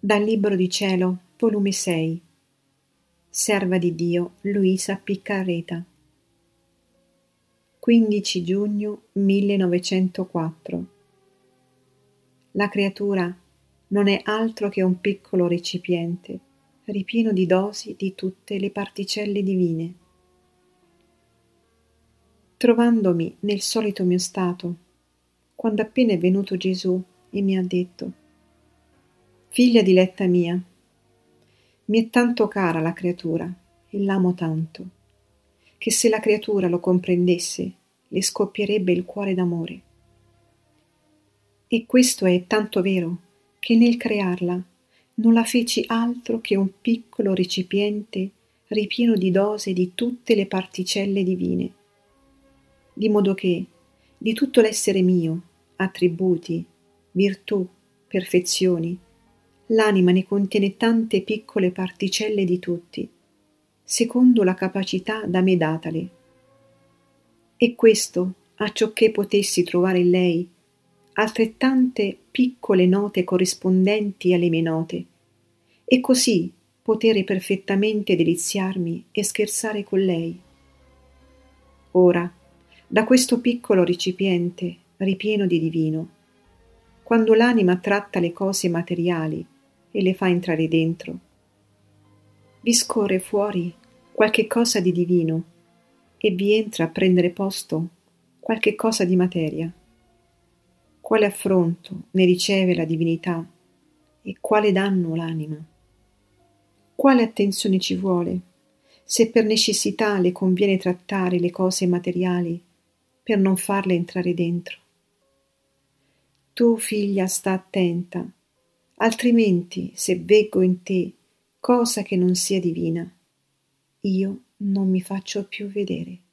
Dal Libro di Cielo, volume 6. Serva di Dio Luisa Piccarreta. 15 giugno 1904. La creatura non è altro che un piccolo recipiente ripieno di dosi di tutte le particelle divine. Trovandomi nel solito mio stato, quando appena è venuto Gesù e mi ha detto: «Figlia diletta mia, mi è tanto cara la creatura e l'amo tanto, che se la creatura lo comprendesse le scoppierebbe il cuore d'amore. E questo è tanto vero che nel crearla non la feci altro che un piccolo recipiente ripieno di dose di tutte le particelle divine, di modo che di tutto l'essere mio, attributi, virtù, perfezioni, l'anima ne contiene tante piccole particelle di tutti, secondo la capacità da me datale. E questo acciocché potessi trovare in lei altrettante piccole note corrispondenti alle mie note, e così potere perfettamente deliziarmi e scherzare con lei. Ora, da questo piccolo recipiente ripieno di divino, quando l'anima tratta le cose materiali e le fa entrare dentro, vi scorre fuori qualche cosa di divino e vi entra a prendere posto qualche cosa di materia. Quale affronto ne riceve la divinità e quale danno l'anima? Quale attenzione ci vuole, se per necessità le conviene trattare le cose materiali per non farle entrare dentro? Tu, figlia, sta attenta, altrimenti se veggo in te cosa che non sia divina, io non mi faccio più vedere.